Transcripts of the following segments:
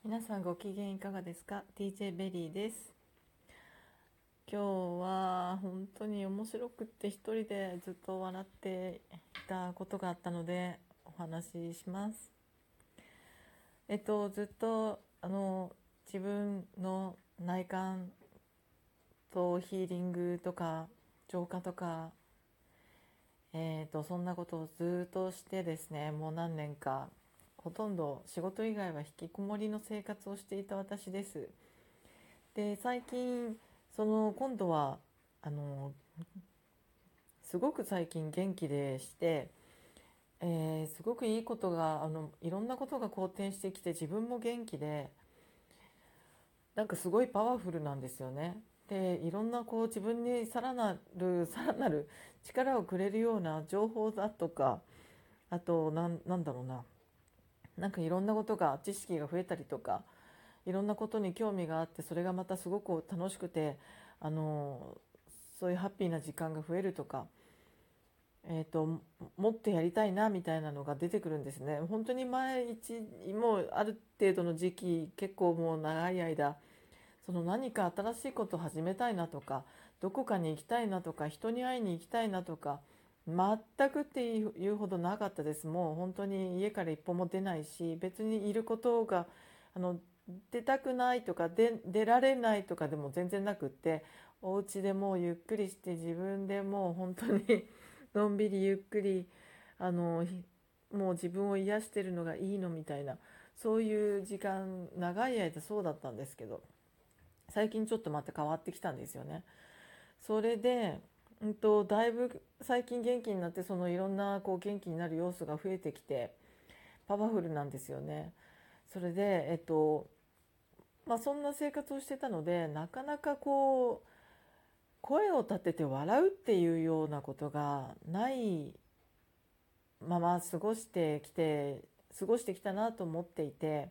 皆さんご機嫌いかがですか？ DJ ベリーです。今日は本当に面白くって一人でずっと笑っていたことがあったのでお話しします。ずっと自分の内観とヒーリングとか浄化とか、そんなことをずっとしてですね、もう何年かほとんど仕事以外は引きこもりの生活をしていた私です。で、最近今度はすごく最近元気でして、すごくいいことがいろんなことが好転してきて、自分も元気で、なんかすごいパワフルなんですよね。で、いろんな自分にさらなる力をくれるような情報だとか、あとなんだろうな、なんかいろんなことが知識が増えたりとか、いろんなことに興味があって、それがまたすごく楽しくて、そういうハッピーな時間が増えるとか、もっとやりたいなみたいなのが出てくるんですね。本当にもうある程度の時期、結構もう長い間、何か新しいことを始めたいなとか、どこかに行きたいなとか、人に会いに行きたいなとか、全くっていうほどなかったです。もう本当に家から一歩も出ないし、別にいることが出たくないとか出られないとかでも全然なくって、お家でもうゆっくりして、自分でもう本当にのんびりゆっくりもう自分を癒してるのがいいのみたいな、そういう時間、長い間そうだったんですけど、最近ちょっとまた変わってきたんですよね。それで、だいぶ最近元気になって、いろんな元気になる要素が増えてきてパワフルなんですよね。それでそんな生活をしてたので、なかなか声を立てて笑うっていうようなことがないまま過ごしてきたなと思っていて、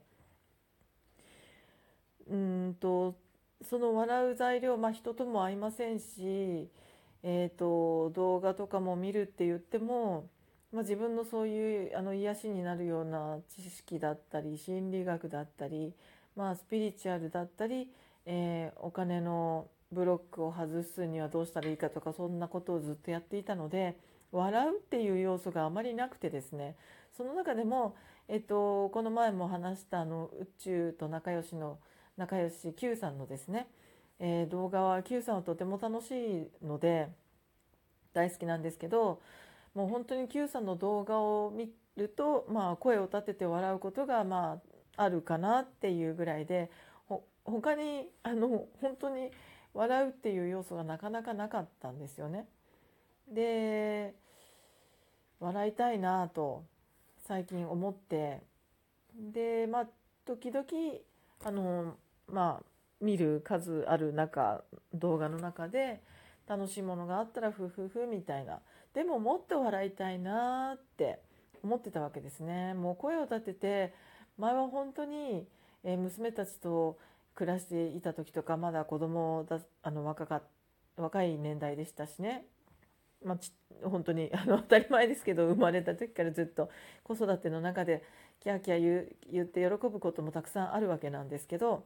その笑う材料、人とも会いませんし、動画とかも見るって言っても、自分のそういう癒しになるような知識だったり、心理学だったり、スピリチュアルだったり、お金のブロックを外すにはどうしたらいいかとか、そんなことをずっとやっていたので、笑うっていう要素があまりなくてですね、その中でも、この前も話した宇宙と仲良し Q さんのですね、動画は Q さんはとても楽しいので大好きなんですけど、もう本当に Q さんの動画を見ると、声を立てて笑うことがあるかなっていうぐらいで、他に本当に笑うっていう要素がなかなかなかったんですよね。で、笑いたいなと最近思って、で時々あのまあ見る数ある動画の中で楽しいものがあったらふふふみたいな、でももっと笑いたいなって思ってたわけですね。もう声を立てて、前は本当に娘たちと暮らしていた時とか、まだ子供だ若い年代でしたしね。まあ、本当に当たり前ですけど、生まれた時からずっと子育ての中でキャーキャー言って喜ぶこともたくさんあるわけなんですけど、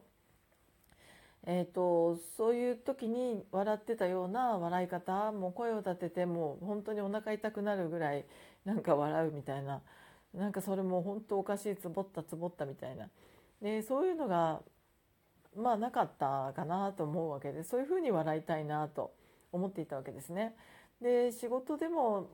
そういう時に笑ってたような笑い方、もう声を立ててもう本当にお腹痛くなるぐらいなんか笑うみたいな、なんかそれも本当おかしい、つぼったみたいな、でそういうのがなかったかなと思うわけで、そういうふうに笑いたいなと思っていたわけですね。で、仕事でも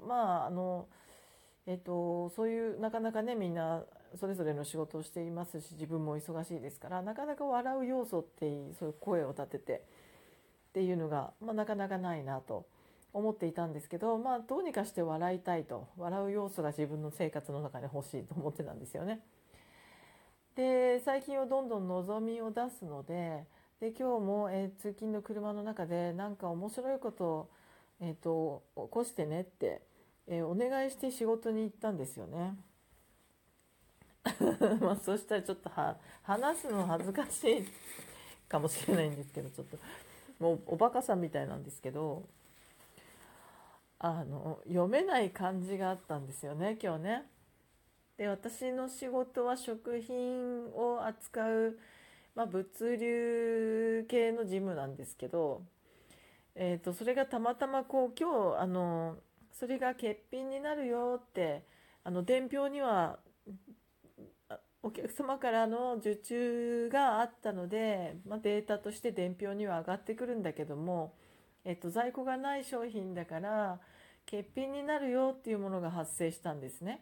そういうなかなかね、みんなそれぞれの仕事をしていますし、自分も忙しいですから、なかなか笑う要素っていう、そういう声を立ててっていうのが、なかなかないなと思っていたんですけど、どうにかして笑いたいと、笑う要素が自分の生活の中に欲しいと思ってたんですよね。で、最近はどんどん望みを出すので、今日も、通勤の車の中でなんか面白いことを、起こしてねって、お願いして仕事に行ったんですよね。そしたらちょっと話すの恥ずかしいかもしれないんですけど、ちょっともうおバカさんみたいなんですけど、読めない漢字があったんですよね、今日ね。 で、私の仕事は食品を扱う、物流系の事務なんですけど、それがたまたまこう今日それが欠品になるよって伝票にはお客様からの受注があったので、データとして伝票には上がってくるんだけども、在庫がない商品だから欠品になるよっていうものが発生したんですね。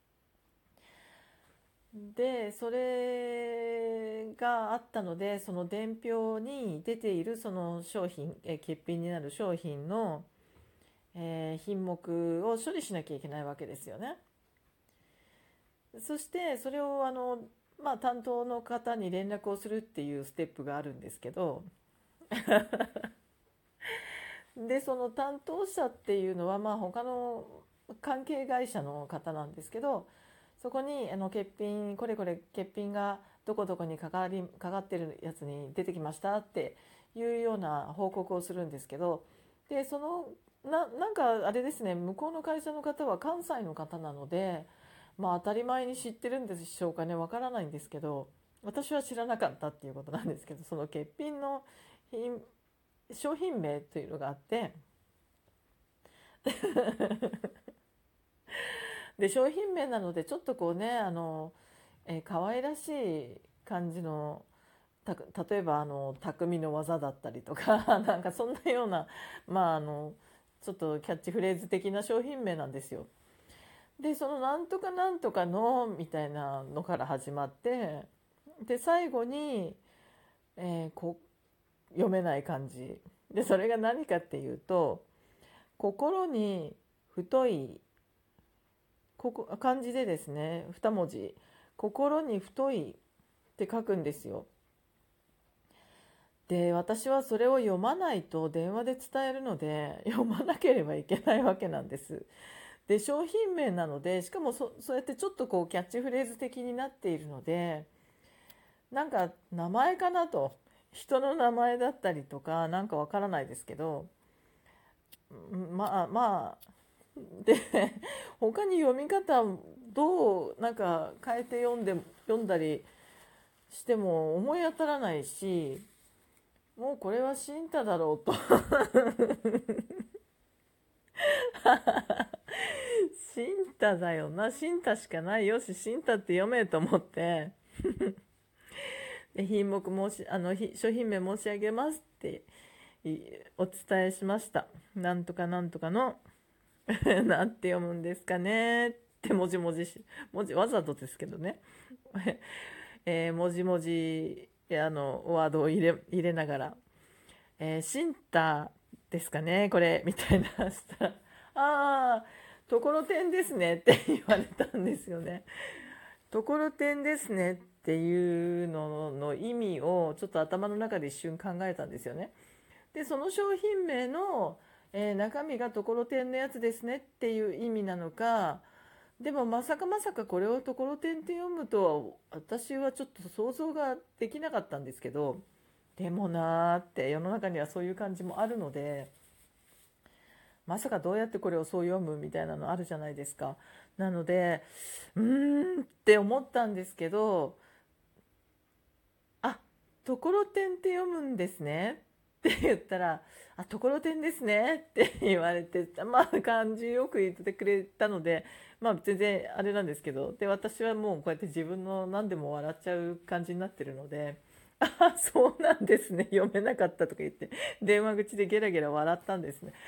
で、それがあったので、その伝票に出ているその商品、欠品になる商品の、品目を処理しなきゃいけないわけですよね。そしてそれを担当の方に連絡をするっていうステップがあるんですけど、でその担当者っていうのは他の関係会社の方なんですけど、そこに欠品これこれ欠品がどこどこにかかってるやつに出てきましたっていうような報告をするんですけど、でそのなんかあれですね、向こうの会社の方は関西の方なので、当たり前に知ってるんでしょうかね、わからないんですけど、私は知らなかったっていうことなんですけど、その欠品の商品名というのがあってで商品名なのでちょっとこうね可愛らしい感じの例えば匠の技だったりとかなんかそんなようなちょっとキャッチフレーズ的な商品名なんですよ。でそのなんとかなんとかのみたいなのから始まって、で最後に、読めない漢字で、それが何かっていうと、心に太い、漢字でですね、2文字、心に太いって書くんですよ。で私はそれを読まないと電話で伝えるので、読まなければいけないわけなんです。で商品名なので、しかもそうやってちょっとこうキャッチフレーズ的になっているので、なんか名前かなと、人の名前だったりとかなんかわからないですけど、で他に読み方どうなんか変えて読んだりしても思い当たらないし、もうこれは新太だろうと新太だよな、新太しかないよし、新太って読めと思ってで品目商品名申し上げますってお伝えしました。なんとかなんとかのなんて読むんですかねって文字わざとですけどね文字文字ワードを入れながら、シンタですかねこれみたいなしたら、ああところてんですねって言われたんですよね。ところてんですねっていうのの意味をちょっと頭の中で一瞬考えたんですよね。でその商品名の、中身がところてんのやつですねっていう意味なのか、でもまさかこれをところてんって読むとは私はちょっと想像ができなかったんですけど、でもなーって世の中にはそういう感じもあるので、まさかどうやってこれをそう読むみたいなのあるじゃないですか。なのでって思ったんですけど、あ、ところてんって読むんですねって言ったら、あ、ところてんですねって言われて、感じよく言ってくれたので、全然あれなんですけど、で私はもうこうやって自分の何でも笑っちゃう感じになってるので、あ、そうなんですね、読めなかったとか言って電話口でゲラゲラ笑ったんですね。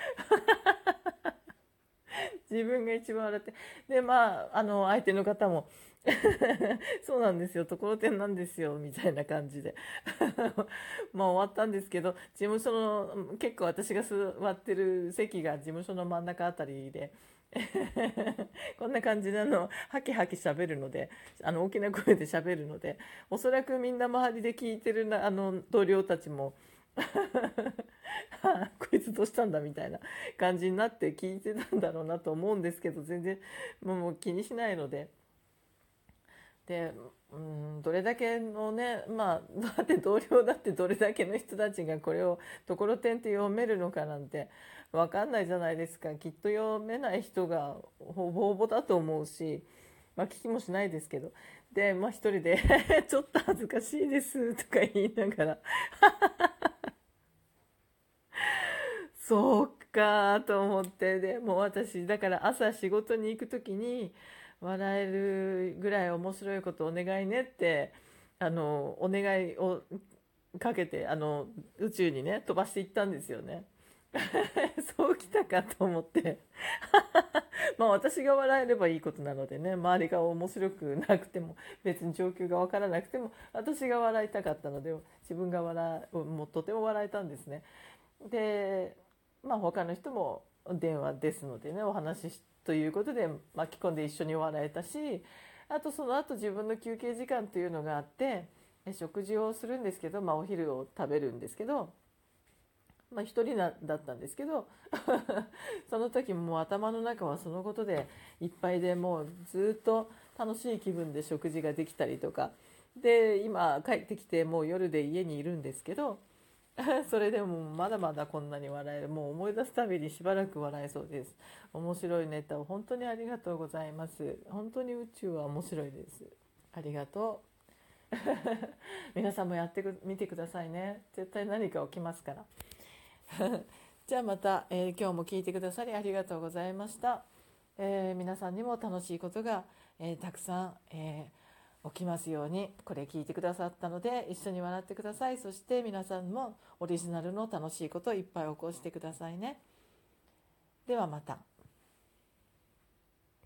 自分が一番笑って、で相手の方もそうなんですよ、ところてんなんですよみたいな感じで終わったんですけど、事務所の結構私が座ってる席が事務所の真ん中あたりでこんな感じでハキハキ喋るので、大きな声で喋るので、おそらくみんな周りで聞いてる同僚たちもこいつどうしたんだみたいな感じになって聞いてたんだろうなと思うんですけど、全然もう気にしないので。でどれだけのね、だって同僚だってどれだけの人たちがこれをところてんって読めるのかなんて分かんないじゃないですか。きっと読めない人がほぼほぼだと思うし、 まあ聞きもしないですけど、でまあ一人でちょっと恥ずかしいですとか言いながら、そうかと思って、でもう私だから朝仕事に行く時に笑えるぐらい面白いことお願いねって、お願いをかけて、宇宙にね飛ばしていったんですよね。そうきたかと思ってまあ私が笑えればいいことなのでね、周りが面白くなくても、別に状況が分からなくても私が笑いたかったので、自分がもうとても笑えたんですね。でまあ他の人も電話ですのでね、お話しということで巻き込んで一緒に笑えたし、あとその後自分の休憩時間というのがあって、食事をするんですけど、まあ、お昼を食べるんですけど、まあ、一人だったんですけどその時もう頭の中はそのことでいっぱいで、もうずっと楽しい気分で食事ができたりとかで、今帰ってきてもう夜で家にいるんですけどそれでもまだまだこんなに笑える、もう思い出すたびにしばらく笑えそうです。面白いネタを本当にありがとうございます。本当に宇宙は面白いです。ありがとう皆さんもやってみてくださいね。絶対何か起きますからじゃあまた、今日も聞いてくださりありがとうございました。皆さんにも楽しいことが、たくさん、起きますように。これ聞いてくださったので一緒に笑ってください。そして皆さんもオリジナルの楽しいことをいっぱい起こしてくださいね。ではまた。